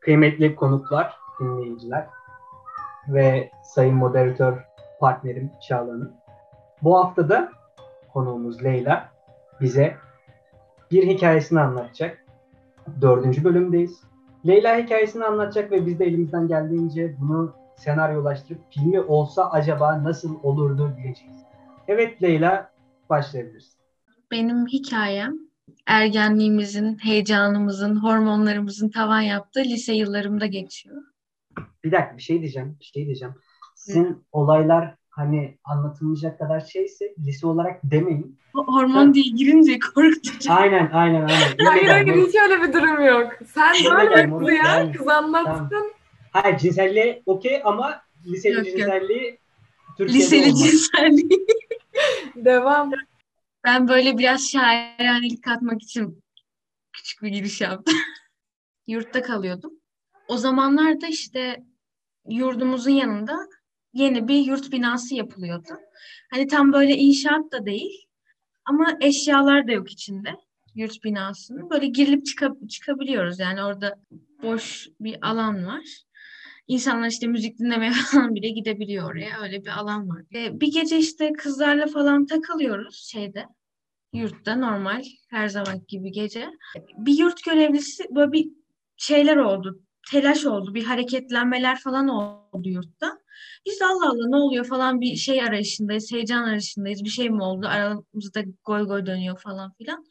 Kıymetli konuklar, dinleyiciler ve sayın moderatör partnerim Çağla. Bu hafta da konuğumuz Leyla bize bir hikayesini anlatacak. 4. bölümdeyiz. Leyla hikayesini anlatacak ve biz de elimizden geldiğince bunu senaryolaştırıp filmi olsa acaba nasıl olurdu diyeceğiz. Evet Leyla, başlayabiliriz. Benim hikayem ergenliğimizin, heyecanımızın, hormonlarımızın tavan yaptığı lise yıllarımda geçiyor. Bir dakika bir şey diyeceğim. Sizin olaylar hani anlatılmayacak kadar şeyse lise olarak demeyin. Hormon diye girince korkutucu. Aynen. Hayır hiç öyle bir durum yok. Sen böyle duyan yani, kız anlattın. Tamam. Hayır cinselliği okey ama liseli Yok. cinselliği Türkiye'de Liseli olmaz. cinselliği. Devam. Ben böyle biraz şairanelik katmak için küçük bir giriş yaptım. Yurtta kalıyordum. O zamanlarda işte yurdumuzun yanında yeni bir yurt binası yapılıyordu. Hani tam böyle inşaat da değil ama eşyalar da yok içinde yurt binasının. Böyle girilip çıkabiliyoruz yani orada boş bir alan var. İnsanlar işte müzik dinlemeye falan bile gidebiliyor oraya. Öyle bir alan var. Bir gece işte kızlarla falan takılıyoruz yurtta normal her zaman gibi gece. Bir yurt görevlisi böyle bir şeyler oldu. Telaş oldu. Bir hareketlenmeler falan oldu yurtta. Biz de Allah Allah ne oluyor falan bir şey arayışındayız. Heyecan arayışındayız. Bir şey mi oldu? Aramızda goy goy dönüyor falan filan.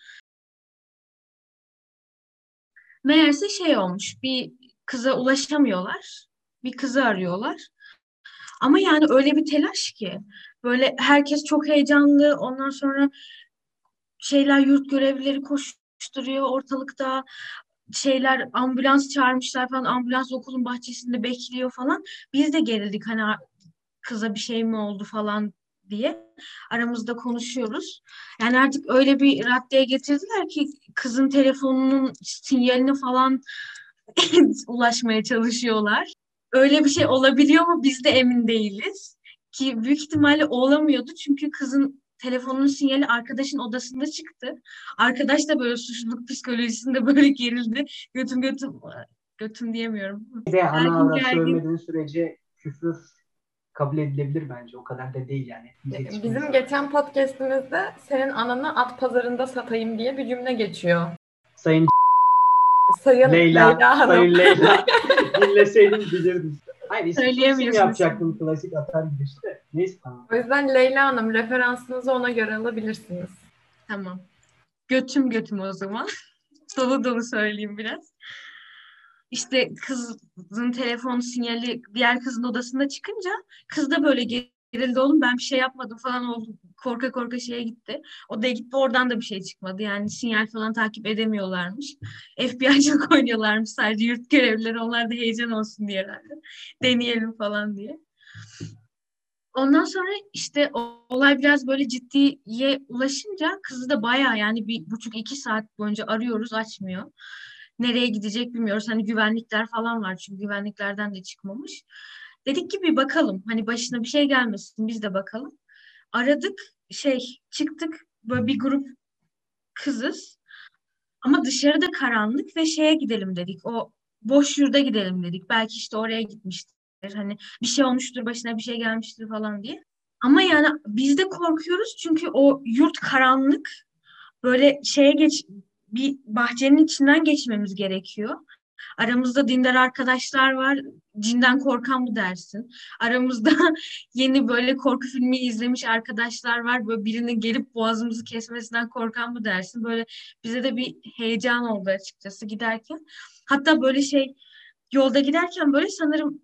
Meğerse şey olmuş. Bir kıza ulaşamıyorlar. Bir kızı arıyorlar. Ama yani öyle bir telaş ki. Böyle herkes çok heyecanlı. Ondan sonra yurt görevlileri koşturuyor ortalıkta. Ambulans çağırmışlar falan. Ambulans okulun bahçesinde bekliyor falan. Biz de gerildik hani kıza bir şey mi oldu falan diye. Aramızda konuşuyoruz. Yani artık öyle bir raddeye getirdiler ki kızın telefonunun sinyalini falan ulaşmaya çalışıyorlar. Öyle bir şey olabiliyor mu biz de emin değiliz. Ki büyük ihtimalle olamıyordu çünkü kızın telefonunun sinyali arkadaşın odasında çıktı. Arkadaş da böyle suçluluk psikolojisinde böyle gerildi. Götüm diyemiyorum. Bir de ana Gergin avrat gergin. sövmediğin sürece küfür kabul edilebilir bence. O kadar da değil yani. Bizim geçen podcastimizde senin ananı at pazarında satayım diye bir cümle geçiyor. Sayın Leyla Hanım. Sayın Leyla dinleseydim bilirdim. Hayır isim Söyleyemiyorsunuz. yapacaktım klasik atar gibi işte. Neyse tamam. O yüzden Leyla Hanım referansınızı ona göre alabilirsiniz. Tamam. Götüm o zaman. Dolu dolu söyleyeyim biraz. İşte kızın telefon sinyali diğer kızın odasında çıkınca kız da böyle gerildi oğlum ben bir şey yapmadım falan oldu. Korka korka şeye gitti. O da gitti oradan da bir şey çıkmadı. Yani sinyal falan takip edemiyorlarmış. FBI'cılık oynuyorlarmış sadece yurt görevlileri. Onlar da heyecan olsun diye herhalde. Deneyelim falan diye. Ondan sonra işte olay biraz böyle ciddiye ulaşınca kızı da bayağı yani 1,5-2 saat boyunca arıyoruz açmıyor. Nereye gidecek bilmiyoruz. Hani güvenlikler falan var çünkü güvenliklerden de çıkmamış. Dedik ki bir bakalım hani başına bir şey gelmesin biz de bakalım. Aradık çıktık böyle bir grup kızız ama dışarıda karanlık ve gidelim dedik. O boş yurda gidelim dedik. Belki işte oraya gitmiştir. Hani bir şey olmuştur, başına bir şey gelmiştir falan diye. Ama yani biz de korkuyoruz çünkü o yurt karanlık. Böyle bir bahçenin içinden geçmemiz gerekiyor. Aramızda dindar arkadaşlar var. Cinden korkan mı dersin? Aramızda yeni böyle korku filmi izlemiş arkadaşlar var. Böyle birinin gelip boğazımızı kesmesinden korkan mı dersin? Böyle bize de bir heyecan oldu açıkçası giderken. Hatta böyle yolda giderken böyle sanırım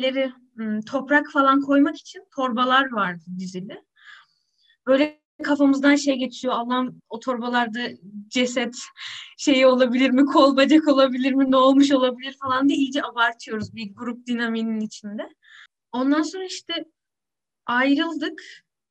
toprak falan koymak için torbalar vardı dizili. Böyle kafamızdan geçiyor. Allah'ım o torbalarda ceset olabilir mi? Kol bacak olabilir mi? Ne olmuş olabilir falan diye iyice abartıyoruz bir grup dinamiğinin içinde. Ondan sonra işte ayrıldık.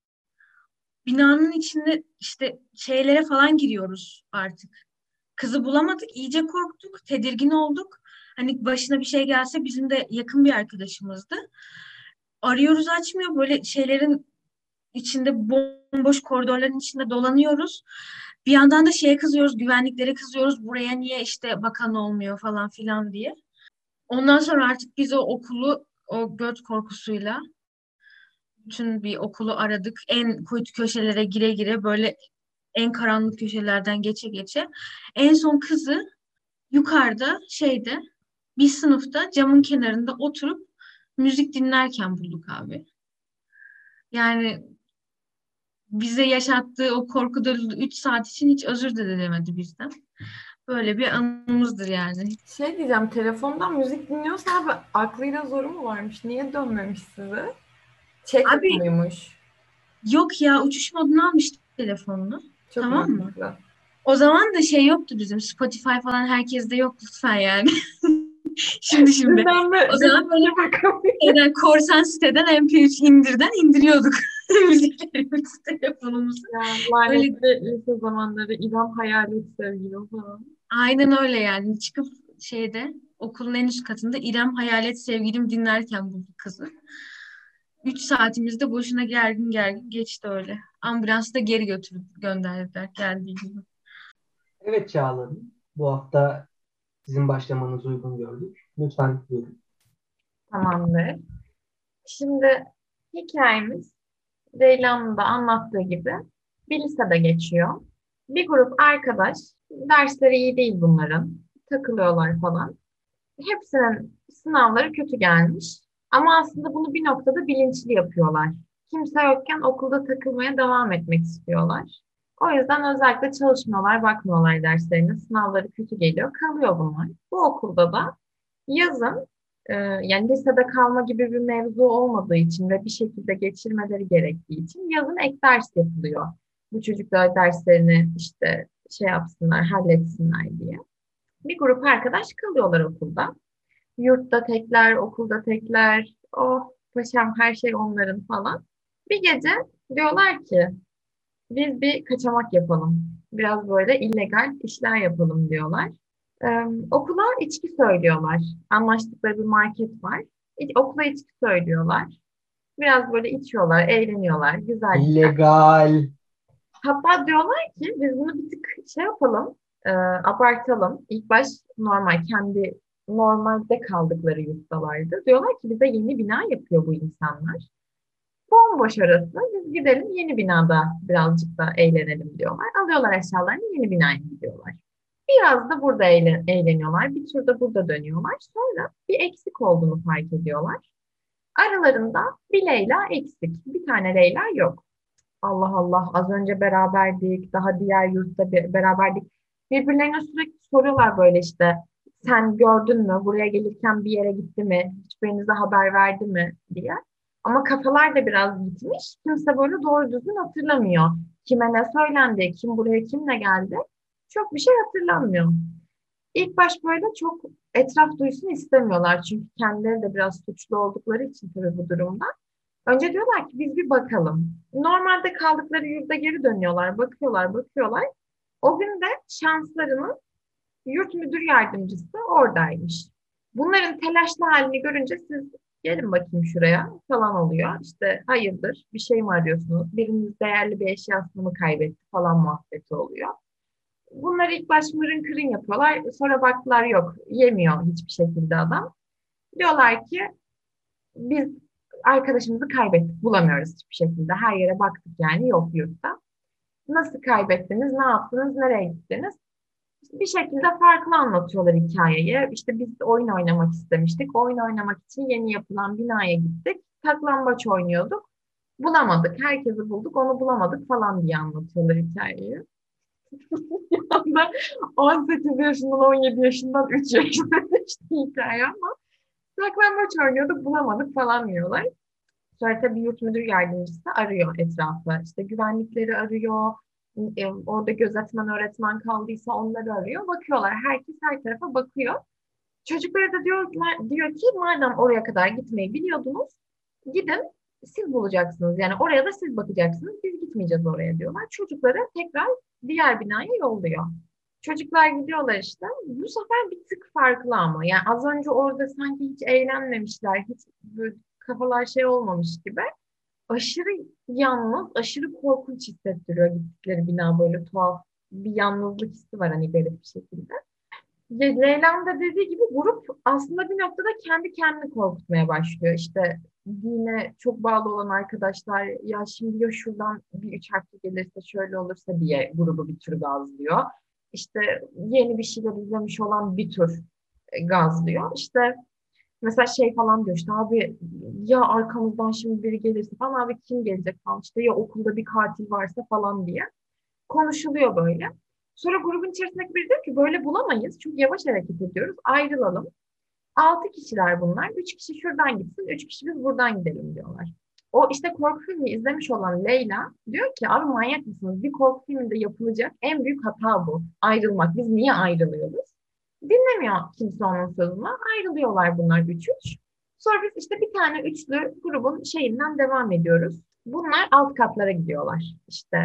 Binanın içinde işte şeylere falan giriyoruz artık. Kızı bulamadık. İyice korktuk. Tedirgin olduk. Hani başına bir şey gelse bizim de yakın bir arkadaşımızdı. Arıyoruz açmıyor. Böyle şeylerin içinde bomboş koridorların içinde dolanıyoruz. Bir yandan da kızıyoruz, güvenliklere kızıyoruz. Buraya niye işte bakan olmuyor falan filan diye. Ondan sonra artık biz o okulu o göt korkusuyla bütün bir okulu aradık. En kuytu köşelere gire gire böyle en karanlık köşelerden geçe geçe. En son kızı yukarıda bir sınıfta camın kenarında oturup müzik dinlerken bulduk abi. Yani bize yaşattığı o korku dolu 3 saat için hiç özür de dilemedi bizden. Böyle bir anımızdır yani. Şey diyeceğim, telefondan müzik dinliyorsa abi aklıyla zoru mu varmış? Niye dönmemiş size? Çekmiyor Abi muymuş? yok ya, uçuş moduna almış telefonunu. Çok Tamam mı? mantıklı. O zaman da yoktu bizim. Spotify falan herkeste yok lütfen yani. Şimdi. Bizden O zaman böyle bakamıyorum. korsan siteden MP3 indiriyorduk müziklerimizi telefonumuza. Ya Öyle lanetli lise zamanları İrem hayalet sevgilim falan. aynen öyle yani. Çıkıp okulun en üst katında İrem Hayalet Sevgilim dinlerken bulduk kızı. 3 saatimiz de boşuna gergin gergin geçti öyle. Ambulansta geri götürüp gönderdiler geldiği gibi. Evet Çağla Hanım, bu hafta sizin başlamanızı uygun gördük. Lütfen buyurun. Tamamdır. Şimdi hikayemiz Leyla'nın da anlattığı gibi bir lisede geçiyor. Bir grup arkadaş, dersleri iyi değil bunların, takılıyorlar falan. Hepsinin sınavları kötü gelmiş. Ama aslında bunu bir noktada bilinçli yapıyorlar. Kimse yokken okulda takılmaya devam etmek istiyorlar. O yüzden özellikle çalışmıyorlar, bakmıyorlar derslerine. Sınavları kötü geliyor, kalıyor bunlar. Bu okulda da yazın yani lisede kalma gibi bir mevzu olmadığı için ve bir şekilde geçirmeleri gerektiği için yazın ek ders yapılıyor. Bu çocuklar derslerini işte şey yapsınlar, halletsinler diye. Bir grup arkadaş kalıyorlar okulda. Yurtta tekler, okulda tekler. Oh paşam her şey onların falan. Bir gece diyorlar ki biz bir kaçamak yapalım. Biraz böyle illegal işler yapalım diyorlar. Okula içki söylüyorlar. Anlaştıkları bir market var. Okula içki söylüyorlar. Biraz böyle içiyorlar, eğleniyorlar. Güzel güzel. İllegal. Hatta diyorlar ki biz bunu bir tık şey yapalım, abartalım. İlk baş normal, kendi normalde kaldıkları yurttalardı. Diyorlar ki bize yeni bina yapıyor bu insanlar. Bomboş orası. Biz gidelim yeni binada birazcık da eğlenelim diyorlar. Alıyorlar eşyalarını yeni binaya gidiyorlar. Biraz da burada eğleniyorlar. Bir tur da burada dönüyorlar. Sonra bir eksik olduğunu fark ediyorlar. Aralarında bir Leyla eksik. Bir tane Leyla yok. Allah Allah az önce beraberdik. Daha diğer yurtta beraberdik. Birbirlerine sürekli soruyorlar böyle işte. Sen gördün mü? Buraya gelirken bir yere gitti mi? Hiçbirinize haber verdi mi? Diye. Ama kafalar da biraz gitmiş. Kimse böyle doğru düzgün hatırlamıyor. Kime ne söylendi? Kim buraya kimle geldi? Çok bir şey hatırlanmıyor. İlk baş böyle çok etraf duysun istemiyorlar. Çünkü kendileri de biraz suçlu oldukları için tabii bu durumda. Önce diyorlar ki biz bir bakalım. Normalde kaldıkları yurda geri dönüyorlar. Bakıyorlar, bakıyorlar. O gün de şanslarının yurt müdür yardımcısı oradaymış. Bunların telaşlı halini görünce siz gelin bakayım şuraya falan oluyor. İşte hayırdır bir şey mi arıyorsunuz? Biriniz değerli bir eşyasını mı kaybetti falan muhabbeti oluyor. Bunları ilk baş mırın kırın yapıyorlar. Sonra baktılar yok yemiyor hiçbir şekilde adam. Diyorlar ki biz arkadaşımızı kaybettik. Bulamıyoruz hiçbir şekilde. Her yere baktık yani yok yurtta. Nasıl kaybettiniz? Ne yaptınız? Nereye gittiniz? İşte bir şekilde farklı anlatıyorlar hikayeyi. İşte biz oyun oynamak istemiştik. Oyun oynamak için yeni yapılan binaya gittik. Saklambaç oynuyorduk. Bulamadık. Herkesi bulduk. Onu bulamadık falan diye anlatıyorlar hikayeyi. Bir anda 18 yaşından 17 yaşından 3 yaşına işte hikaye ama saklambaç oynuyorduk bulamadık falan diyorlar. Sonra tabii yurt müdür yardımcısı arıyor etrafı. İşte güvenlikleri arıyor. Orada gözetmen öğretmen kaldıysa onları arıyor. Bakıyorlar. Herkes her tarafa bakıyor. Çocuklara da diyor ki madem oraya kadar gitmeyi biliyordunuz gidin siz bulacaksınız. Yani oraya da siz bakacaksınız. Biz gitmeyeceğiz oraya diyorlar. Çocukları tekrar diğer binaya yolluyor. Çocuklar gidiyorlar işte. Bu sefer bir tık farklı ama. Yani az önce orada sanki hiç eğlenmemişler. Hiç böyle kafalar şey olmamış gibi. Aşırı yalnız, aşırı korkunç hissettiriyor gittikleri bina böyle tuhaf bir yalnızlık hissi var hani garip bir şekilde. Leyla'nın da dediği gibi grup aslında bir noktada kendi kendini korkutmaya başlıyor. İşte dine çok bağlı olan arkadaşlar ya şimdi ya şuradan bir üç harfli gelirse şöyle olursa diye grubu bir tür gazlıyor. İşte yeni bir şeyler izlemiş olan bir tür gazlıyor. İşte mesela şey falan diyor işte abi ya arkamızdan şimdi biri gelirse falan abi kim gelecek falan işte ya okulda bir katil varsa falan diye konuşuluyor böyle. Sonra grubun içerisindeki biri diyor ki böyle bulamayız. Çünkü yavaş hareket ediyoruz. Ayrılalım. 6 kişiler bunlar. 3 kişi şuradan gitsin. 3 kişi biz buradan gidelim diyorlar. O işte korku filmi izlemiş olan Leyla diyor ki abi manyak mısınız? Bir korku filminde yapılacak en büyük hata bu. Ayrılmak. Biz niye ayrılıyoruz? Dinlemiyor kimse onun sözünü. Ayrılıyorlar bunlar 3-3. Sonra biz işte bir tane üçlü grubun şeyinden devam ediyoruz. Bunlar alt katlara gidiyorlar. İşte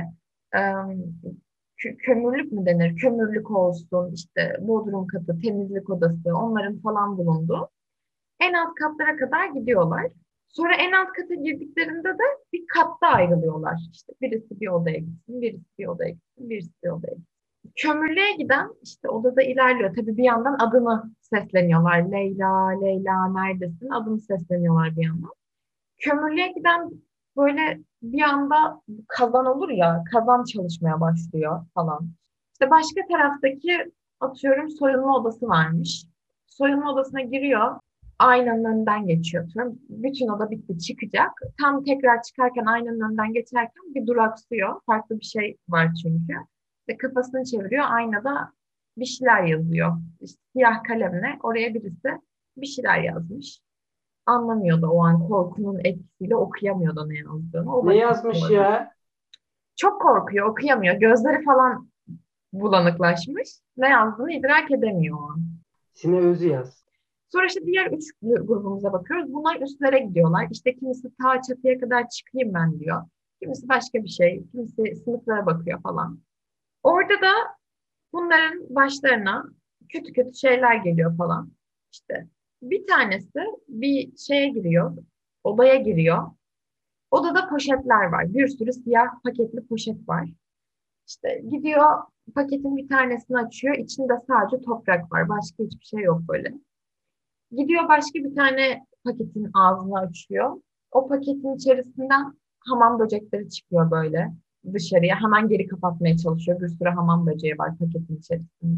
kömürlük mü denir? Kömürlük olsun, işte bodrum katı, temizlik odası, onların falan bulunduğu en alt katlara kadar gidiyorlar. Sonra en alt kata girdiklerinde de bir katta ayrılıyorlar. İşte birisi bir odaya gitsin, birisi bir odaya gitsin, birisi bir odaya gitsin. Kömürlüğe giden işte odada ilerliyor. Tabii bir yandan adını sesleniyorlar. Leyla, Leyla neredesin? Adını sesleniyorlar bir yandan. Kömürlüğe giden böyle bir anda kazan olur ya, kazan çalışmaya başlıyor falan. İşte başka taraftaki atıyorum soyunma odası varmış. Soyunma odasına giriyor, aynanın önünden geçiyor atıyorum. Bütün oda bitti çıkacak. Tam tekrar çıkarken aynanın önünden geçerken bir duraksıyor. Farklı bir şey var çünkü. İşte kafasını çeviriyor, aynada bir şeyler yazıyor. İşte siyah kalemle oraya birisi bir şeyler yazmış. Anlamıyordu o an korkunun etkisiyle okuyamıyordu ne yazdığını. O Ne vakit yazmış orada. ya? Çok korkuyor, okuyamıyor. Gözleri falan bulanıklaşmış. Ne yazdığını idrak edemiyor o an. Sine Özü yaz. Sonra işte diğer üç grubumuza bakıyoruz. Bunlar üstlere gidiyorlar. İşte kimisi ta çatıya kadar çıkayım ben diyor. Kimisi başka bir şey. Kimisi sınıflara bakıyor falan. Orada da bunların başlarına kötü kötü şeyler geliyor falan. İşte bir tanesi bir şeye giriyor. Odaya giriyor. Odada poşetler var. Bir sürü siyah paketli poşet var. İşte gidiyor paketin bir tanesini açıyor. İçinde sadece toprak var. Başka hiçbir şey yok böyle. Gidiyor başka bir tane paketin ağzını açıyor. O paketin içerisinden hamam böcekleri çıkıyor böyle dışarıya. Hemen geri kapatmaya çalışıyor. Bir sürü hamam böceği var paketin içerisinde.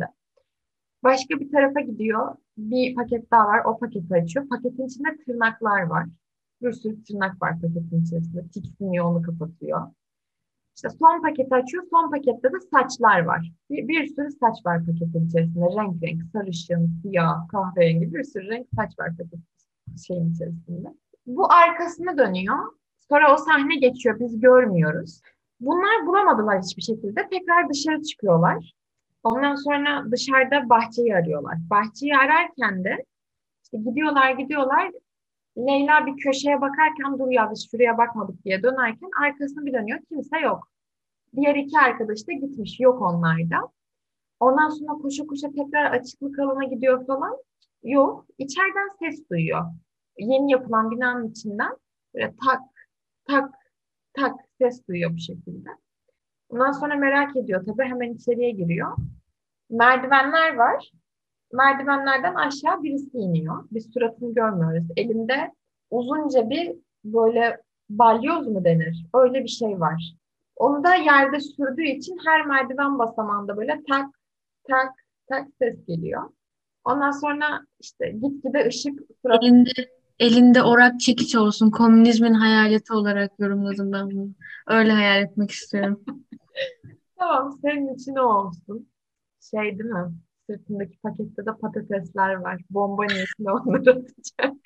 Başka bir tarafa gidiyor. Bir paket daha var. O paketi açıyor. Paketin içinde tırnaklar var. Bir sürü tırnak var paketin içerisinde. Tiksiniyor, onu kapatıyor. İşte son paketi açıyor. Son pakette de saçlar var. Bir sürü saç var paketin içerisinde. Renk renk, sarışın, siyah, kahverengi bir sürü renk saç var paketin şeyin içerisinde. Bu arkasına dönüyor. Sonra o sahne geçiyor. Biz görmüyoruz. Bunlar bulamadılar hiçbir şekilde. Tekrar dışarı çıkıyorlar. Ondan sonra dışarıda bahçeyi arıyorlar. Bahçeyi ararken de işte gidiyorlar. Leyla bir köşeye bakarken dur ya biz şuraya bakmadık diye dönerken arkasını bir dönüyor. Kimse yok. Diğer iki arkadaş da gitmiş. Yok onlar da. Ondan sonra koşa koşa tekrar açıklık alana gidiyor falan. Yok. İçeriden ses duyuyor. Yeni yapılan binanın içinden böyle tak tak tak ses duyuyor bu şekilde. Ondan sonra merak ediyor tabii hemen içeriye giriyor. Merdivenler var. Merdivenlerden aşağı birisi iniyor. Biz suratını görmüyoruz. Elinde uzunca bir böyle balyoz mu denir? Öyle bir şey var. Onu da yerde sürdüğü için her merdiven basamağında böyle tak tak tak ses geliyor. Ondan sonra işte gitgide ışık surat. Elinde elinde orak çekiç olsun. Komünizmin hayaleti olarak yorumladım ben bunu. Öyle hayal etmek istiyorum. Tamam senin için o olsun. Şey değil mi? Sırtındaki pakette de patatesler var. Bomba niyetine onları atacak.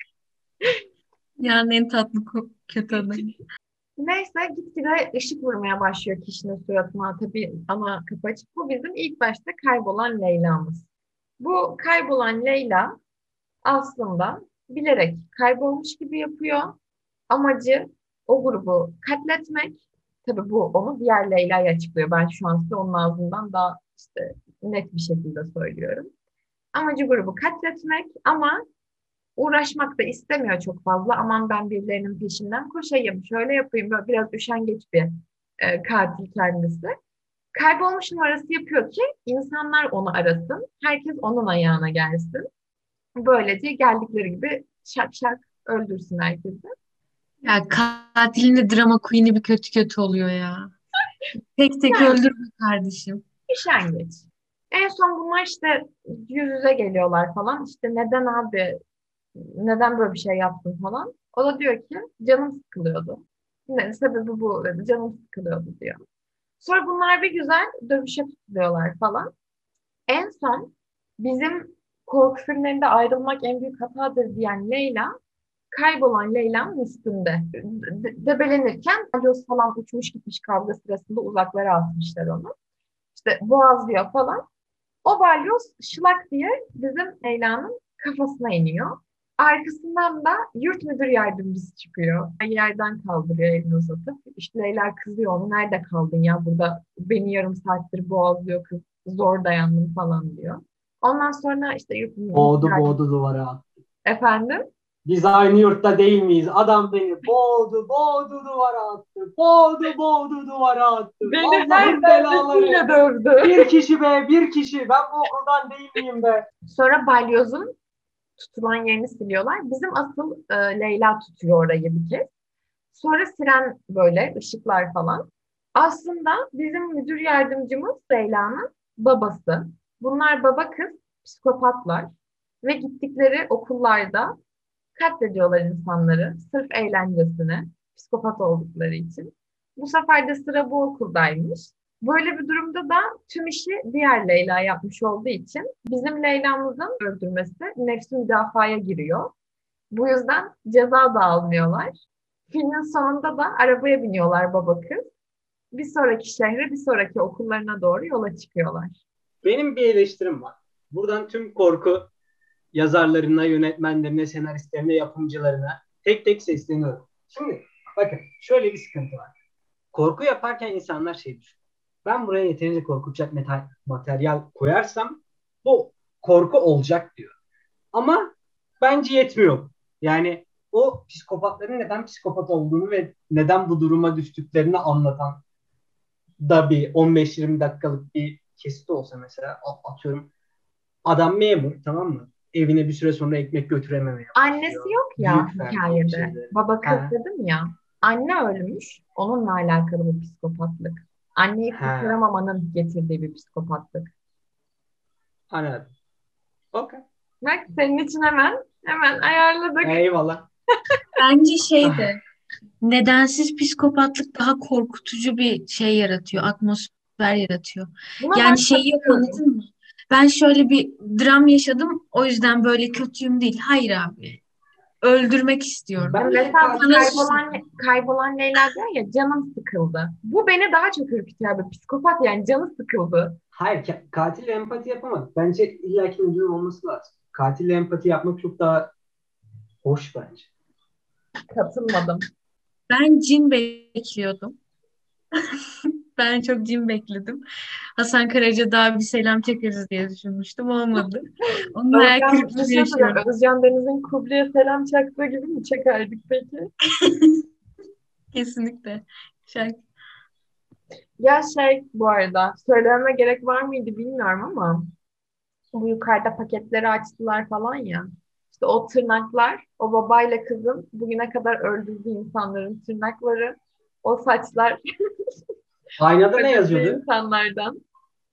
Yani en tatlı kötü adam. Neyse gitgide ışık vurmaya başlıyor kişinin suratına. Tabii ana kapı açık. Bu bizim ilk başta kaybolan Leyla'mız. Bu kaybolan Leyla aslında bilerek kaybolmuş gibi yapıyor. Amacı o grubu katletmek. Tabii bu onu diğer Leyla'ya açıklıyor. Ben şu an size onun ağzından daha işte net bir şekilde söylüyorum. Amacı grubu katletmek ama uğraşmak da istemiyor çok fazla. Aman ben birilerinin peşinden koşayım, şöyle yapayım. Böyle biraz üşengeç bir katil kendisi. Kaybolmuş numarası yapıyor ki insanlar onu arasın. Herkes onun ayağına gelsin. Böylece geldikleri gibi şak şak öldürsün herkesi. Ya katilin de drama queen'i bir kötü kötü oluyor ya. Tek tek Yani öldürme kardeşim. üşengeç. En son bunlar işte yüz yüze geliyorlar falan. İşte neden abi, neden böyle bir şey yaptın falan. O da diyor ki canım sıkılıyordu. Sebebi bu. Canım sıkılıyordu diyor. Sonra bunlar bir güzel dövüşe tutuluyorlar falan. En son bizim korku filmlerinde ayrılmak en büyük hatadır diyen Leyla, kaybolan Leyla'nın üstünde. Debelenirken balyoz falan uçmuş gitmiş kavga sırasında uzaklara atmışlar onu. İşte boğazlıyor falan. O balyoz şılak diye bizim Leyla'nın kafasına iniyor. Arkasından da yurt müdür yardımcısı çıkıyor. Yerden kaldırıyor elini uzatıp. İşte Leyla kızıyor onu. Nerede kaldın ya burada beni yarım saattir boğazlıyor kız. Zor dayandım falan diyor. Ondan sonra işte yurt müdür yardımcısı. Boğdu duvara. Efendim? Biz aynı yurtta değil miyiz? Adam beni boğdu duvara attı. Boğdu duvara attı. Beni her Allah'ın belaları. dövdü. Bir kişi be, bir kişi. Ben bu okuldan değil miyim be? Sonra balyozun tutulan yerini siliyorlar. Bizim asıl Leyla tutuyor orayı bir kez. Sonra siren böyle ışıklar falan. Aslında bizim müdür yardımcımız Leyla'nın babası. Bunlar baba kız psikopatlar ve gittikleri okullarda katlediyorlar insanları sırf eğlencesine, psikopat oldukları için. Bu sefer de sıra bu okuldaymış. Böyle bir durumda da tüm işi diğer Leyla yapmış olduğu için bizim Leyla'mızın öldürmesi nefsi müdafaya giriyor. Bu yüzden ceza da almıyorlar. Filmin sonunda da arabaya biniyorlar baba kız. Bir sonraki şehre, bir sonraki okullarına doğru yola çıkıyorlar. Benim bir eleştirim var. Buradan tüm korku yazarlarına, yönetmenlerine, senaristlerine, yapımcılarına tek tek sesleniyorum. Şimdi bakın şöyle bir sıkıntı var. Korku yaparken insanlar şey düşünüyor. Ben buraya yeterince korkutacak materyal koyarsam bu korku olacak diyor. Ama bence yetmiyor. Yani o psikopatların neden psikopat olduğunu ve neden bu duruma düştüklerini anlatan da bir 15-20 dakikalık bir kesit olsa mesela atıyorum adam memur, tamam mı? Evine bir süre sonra ekmek götürememeye Annesi başlıyor. yok ya Büyük verdiği hikayede. şeyleri. Baba kız Ha, dedim ya. Anne ölmüş. Onunla alakalı bir psikopatlık. Anneyi ha, kurtaramamanın getirdiği bir psikopatlık. anladım. Okey. Bak senin için hemen ayarladık. Eyvallah. Bence şey Ah, de nedensiz psikopatlık daha korkutucu bir şey yaratıyor, atmosfer yaratıyor. Buna Yani ben şey yok katılıyorum. anladın mı? Ben şöyle bir dram yaşadım, o yüzden böyle kötüyüm değil. Hayır abi, öldürmek istiyorum. bendeki Mesela bu katil Sana kaybolan Leyla diyor ya canım sıkıldı. Bu beni daha çok ürkütüyor abi. Psikopat yani canı sıkıldı. hayır, katille empati yapamadık. Bence illaki bir durum olması lazım. Katille empati yapmak çok daha hoş bence. Katılmadım. ben cin bekliyordum. Ben çok cin bekledim. Hasan Karaca daha bir selam çekeriz diye düşünmüştüm. Olmadı. Onun hayal Özcan, bir kırıklığı şey söyleyeyim. yaşıyorum. Özcan Deniz'in Kubli'ye selam çaktığı gibi mi çekerdik peki? Kesinlikle. Şarkı. Ya bu arada söylememe gerek var mıydı bilmiyorum ama bu yukarıda paketleri açtılar falan ya. İşte o tırnaklar, o babayla kızın bugüne kadar öldürdüğü insanların tırnakları, o saçlar Aynada ne öldürdüğü yazıyordu? insanlardan.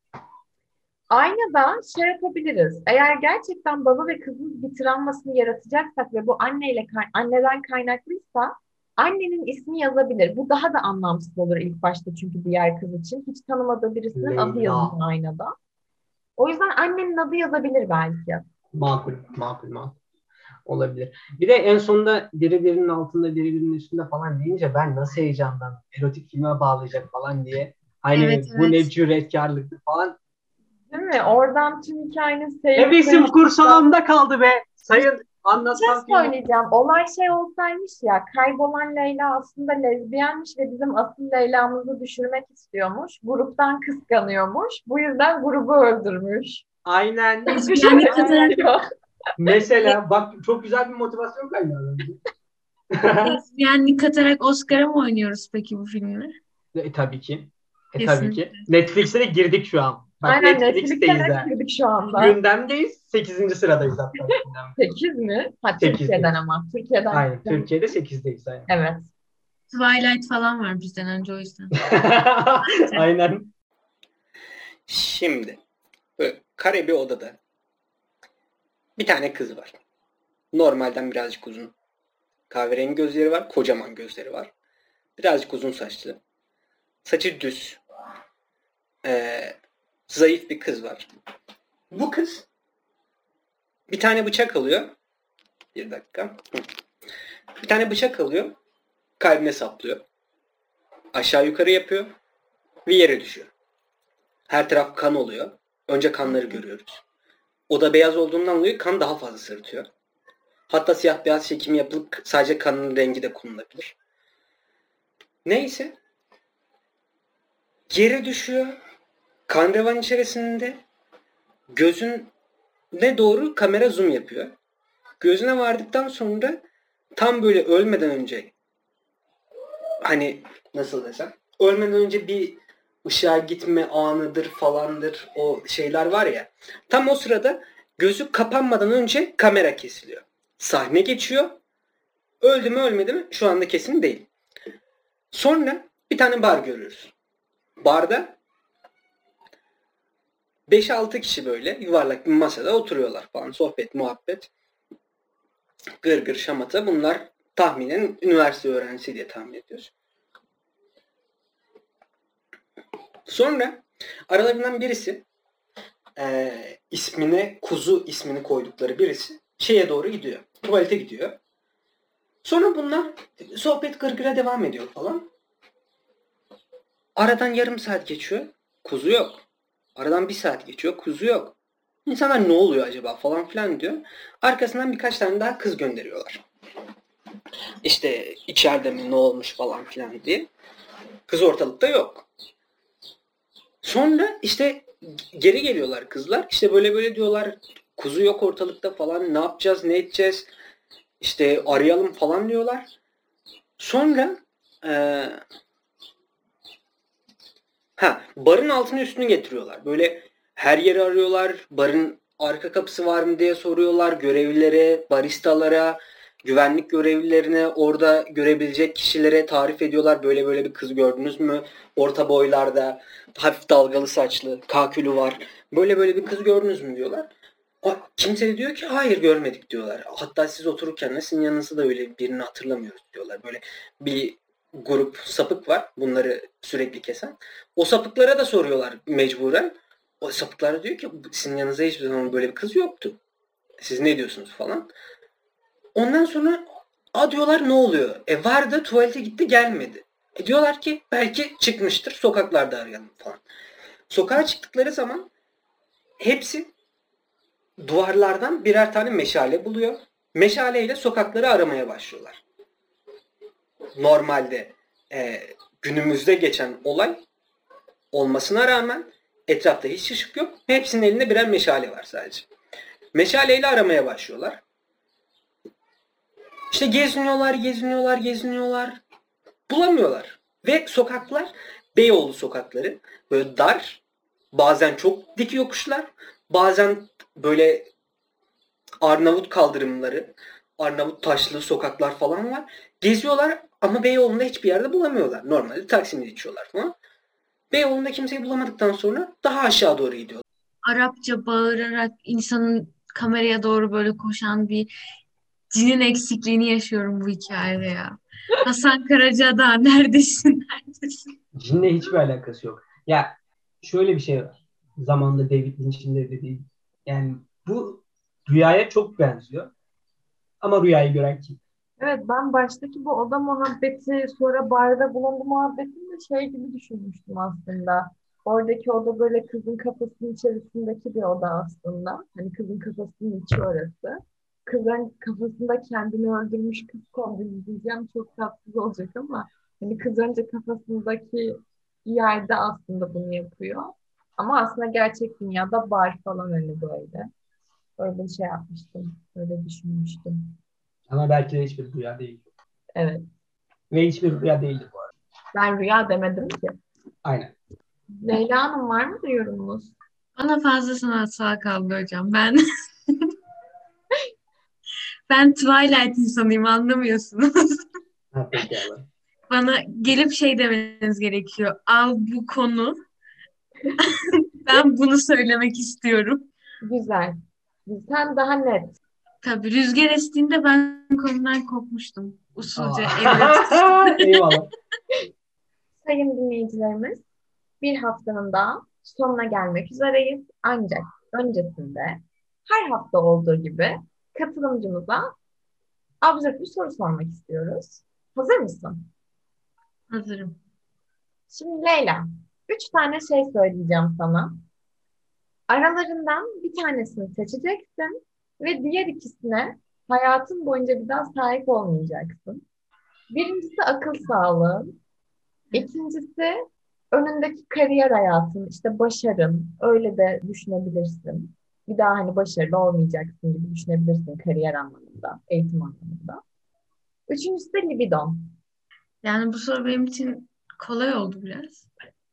Aynada yapabiliriz. Eğer gerçekten baba ve kızın bir travmasını yaratacaksak ve bu anneden kaynaklıysa annenin ismi yazabilir. Bu daha da anlamsız olur ilk başta çünkü diğer kız için. Hiç tanımadığı birisinin adı yazıyor Leyla. aynada. O yüzden annenin adı yazabilir belki. Makul. Olabilir. Bir de en sonunda biri birinin altında, biri birinin üstünde falan deyince ben nasıl heyecandan erotik filme bağlayacak falan diye. Evet, Hani bu ne evet. cüretkarlıktı falan. Değil mi? Oradan tüm hikayenin seyri Hevesim kursağımda kaldı be. Sayın Bir şey anlatsam film. söyleyeceğim. Olay olsaymış ya, kaybolan Leyla aslında lezbiyenmiş ve bizim asıl Leyla'mızı düşürmek istiyormuş. Gruptan kıskanıyormuş. Bu yüzden grubu öldürmüş. Aynen. Bir şey Lezbiyenlik katarak, söylüyor. Mesela bak çok güzel bir motivasyon kaynağı bence. lezbiyenlik katarak Oscar'a mı oynuyoruz peki bu filmle? Tabii ki. Tabii ki. Kesinlikle. Netflix'e de girdik şu an. Bak Aynen Netflix'teyiz Netflix'e ha. girdik şu anda. Gündemdeyiz. 8. sıradayız hatta. Gündemde. 8 mi? Ha 8'deyiz. Türkiye'den ama. Türkiye'den. Aynen. Türkiye'de 8'deyiz. Aynen. Evet. Twilight falan var bizden önce o yüzden. Aynen. Şimdi böyle kare bir odada bir tane kız var. Normalden birazcık uzun. Kahverengi gözleri var. Kocaman gözleri var. Birazcık uzun saçlı. Saçı düz. Zayıf bir kız var. Bu kız bir tane bıçak alıyor. Bir dakika. Bir tane bıçak alıyor. Kalbine saplıyor. Aşağı yukarı yapıyor. Ve yere düşüyor. Her taraf kan oluyor. Önce kanları görüyoruz. Oda beyaz olduğundan dolayı kan daha fazla sırıtıyor. Hatta siyah beyaz çekim yapılıp sadece kanın rengi de kullanılabilir. Neyse. Yere düşüyor. Kan revan içerisinde gözüne doğru kamera zoom yapıyor. Gözüne vardıktan sonra tam böyle ölmeden önce hani nasıl desem ölmeden önce bir ışığa gitme anıdır falandır o şeyler var ya. Tam o sırada gözü kapanmadan önce kamera kesiliyor. Sahne geçiyor. Öldü mü ölmedi mi şu anda kesin değil. Sonra bir tane bar görüyoruz. Barda 5-6 kişi böyle yuvarlak bir masada oturuyorlar falan. Sohbet, muhabbet, gırgır, şamata. Bunlar tahminen üniversite öğrencisi diye tahmin ediyoruz. Sonra aralarından birisi ismine Kuzu ismini koydukları birisi şeye doğru gidiyor. Tuvalete gidiyor. Sonra bunlar sohbet gırgıra devam ediyor falan. Aradan yarım saat geçiyor. Kuzu yok. Aradan bir saat geçiyor. Kuzu yok. İnsanlar ne oluyor acaba falan filan diyor. Arkasından birkaç tane daha kız gönderiyorlar. İşte içeride mi ne olmuş falan filan diye. Kız ortalıkta yok. Sonra işte geri geliyorlar kızlar. İşte böyle böyle diyorlar. Kuzu yok ortalıkta falan. Ne yapacağız, ne edeceğiz? İşte arayalım falan diyorlar. Sonra barın altını üstünü getiriyorlar. Böyle her yeri arıyorlar. Barın arka kapısı var mı diye soruyorlar. Görevlilere, baristalara, güvenlik görevlilerine, orada görebilecek kişilere tarif ediyorlar. Böyle böyle bir kız gördünüz mü? Orta boylarda, hafif dalgalı saçlı, kakülü var. Böyle böyle bir kız gördünüz mü diyorlar. Kimse de diyor ki hayır görmedik diyorlar. Hatta siz otururken de sizin yanınızda da öyle birini hatırlamıyoruz diyorlar. Böyle bir grup sapık var bunları sürekli kesen. O sapıklara da soruyorlar mecburen. O sapıklar da diyor ki sizin yanınızda hiçbir zaman böyle bir kız yoktu. Siz ne diyorsunuz falan. Ondan sonra diyorlar ne oluyor? Vardı tuvalete gitti gelmedi. Diyorlar ki belki çıkmıştır sokaklarda arayalım falan. Sokağa çıktıkları zaman hepsi duvarlardan birer tane meşale buluyor. Meşaleyle sokakları aramaya başlıyorlar. Normalde günümüzde geçen olay olmasına rağmen etrafta hiç ışık yok. Hepsinin elinde birer meşale var sadece. Meşaleyle aramaya başlıyorlar. İşte geziniyorlar. Bulamıyorlar. Ve sokaklar Beyoğlu sokakları böyle dar, bazen çok dik yokuşlar, bazen böyle Arnavut kaldırımları, Arnavut taşlı sokaklar falan var. Geziyorlar ama Beyoğlu'nda hiçbir yerde bulamıyorlar. Normalde Taksim'de içiyorlar falan. Beyoğlu'nda kimseyi bulamadıktan sonra daha aşağı doğru gidiyorlar. Arapça bağırarak insanın kameraya doğru böyle koşan bir cinin eksikliğini yaşıyorum bu hikayede ya. Hasan Karacadağ neredesin? Neredesin? Cinle hiçbir alakası yok. Ya şöyle bir şey var. Zamanında David Lynch'in de dediği. Yani bu rüyaya çok benziyor. Ama rüyayı gören kim? Evet ben baştaki bu oda muhabbeti sonra barda bulundu muhabbetini de şey gibi düşünmüştüm aslında. Oradaki oda böyle kızın kafasının içerisindeki bir oda aslında. Hani kızın kafasının içi orası. Kızın kafasında kendini öldürmüş kız kombini diyeceğim çok tatsız olacak ama hani kız önce kafasındaki yerde aslında bunu yapıyor. Ama aslında gerçek dünyada bar falan hani böyle. Öyle bir şey yapmıştım. Öyle düşünmüştüm. Ama belki de hiçbir rüya değil. Evet. Ve hiçbir rüya değildi bu arada. Ben rüya demedim ki. Aynen. Leyla Hanım var mıdır yorumunuz? Bana fazla sanatsal kaldı hocam. Ben Twilight insanıyım, anlamıyorsunuz. Ha, pekala. Bana gelip şey demeniz gerekiyor. Al bu konu. Ben bunu söylemek istiyorum. Güzel. Sen daha net. Tabii rüzgar estiğinde ben konudan kopmuştum. Usulca elle Aa. Eyvallah. Sayın dinleyicilerimiz, bir haftanın daha sonuna gelmek üzereyiz. Ancak öncesinde her hafta olduğu gibi katılımcımıza absürt bir soru sormak istiyoruz. Hazır mısın? hazırım. Şimdi Leyla, 3 tane şey söyleyeceğim sana. Aralarından bir tanesini seçeceksin ve diğer ikisine hayatın boyunca bir daha sahip olmayacaksın. Birincisi akıl sağlığın, ikincisi önündeki kariyer hayatın, işte başarın, öyle de düşünebilirsin. Bir daha hani başarılı olmayacaksın gibi düşünebilirsin kariyer anlamında, eğitim anlamında. Üçüncüsü de libidon. Yani bu soru benim için kolay oldu biraz.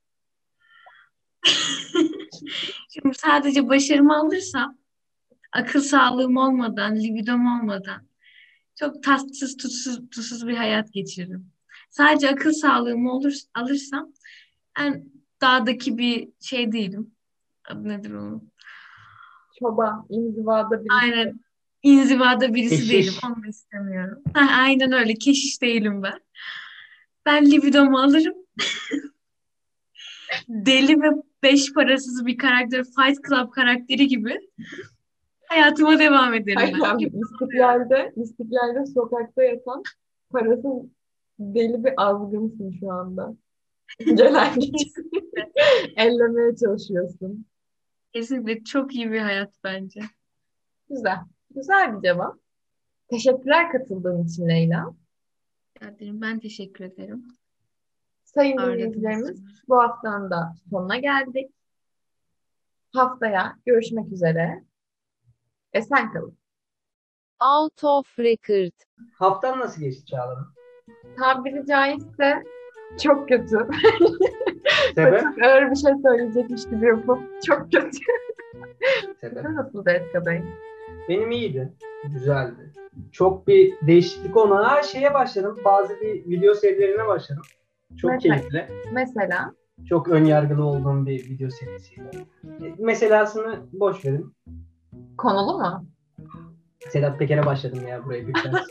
Şimdi sadece başarımı alırsam, akıl sağlığım olmadan, libidom olmadan çok tatsız, tutsuz bir hayat geçiririm. Sadece akıl sağlığımı alırsam, ben dağdaki bir şey değilim. Adı nedir onun? Çoban, inzivada birisi. Aynen. İnzivada birisi Keşiş. değilim. Onu da istemiyorum. Aynen öyle. Keşiş değilim ben. Ben libidomu alırım. Deli ve beş parasız bir karakter, Fight Club karakteri gibi hayatıma devam ederim ben. Aynen. İstiklal'de sokakta yatan parasız deli bir azgınsın şu anda. Gelen geçen ellemeye çalışıyorsun. Kesinlikle çok iyi bir hayat bence. Güzel. Güzel bir cevap. Teşekkürler katıldığın için Leyla. Ben teşekkür ederim. Sayın Ağırladınız. dinleyicilerimiz, bu haftanın da sonuna geldik. Haftaya görüşmek üzere. Esen kalın. Out of record. Haftan nasıl geçti Çağla? Tabiri caizse çok kötü. Sebep? Çok ağır bir şey söyleyecekmiş gibi yapıp çok kötü. Sebep. Sizin nasıldı Etka Bey? Benim iyiydi. Güzeldi. Çok bir değişiklik olmadan her şeye başladım. Bazı bir video serilerine başladım. Çok Mesela? keyifli. Mesela Çok ön yargılı olduğum bir video serisiydi. Meselasını boş verin. konulu mu? Sedat Peker'e başladım ya burayı bir kez.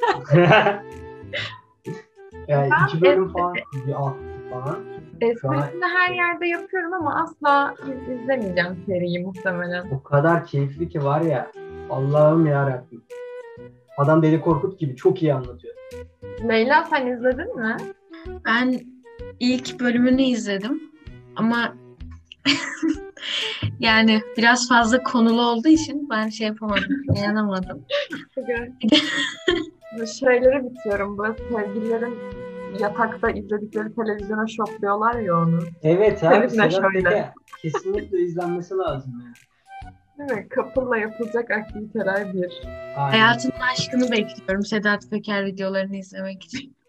Yani Ben 2 bölüm falan. Bir alt falan. Şu an Esprisini her yerde yapıyorum ama asla izlemeyeceğim seriyi muhtemelen. o kadar keyifli ki var ya. Allah'ım yarabbim. Adam Deli Korkut gibi çok iyi anlatıyor. Leyla sen izledin mi? Ben ilk bölümünü izledim ama yani biraz fazla konulu olduğu için ben şey yapamadım, dayanamadım. Bu şeyleri bitiyorum. Böyle sevgililerin yatakta izledikleri televizyona şokluyorlar ya onu. Evet abi Seninle Sedat şöyle. Peker kesinlikle izlenmesi lazım yani. Değil mi? Couple'la yapılacak aktiviteler bir. Aynen. Hayatımın aşkını bekliyorum Sedat Peker videolarını izlemek için.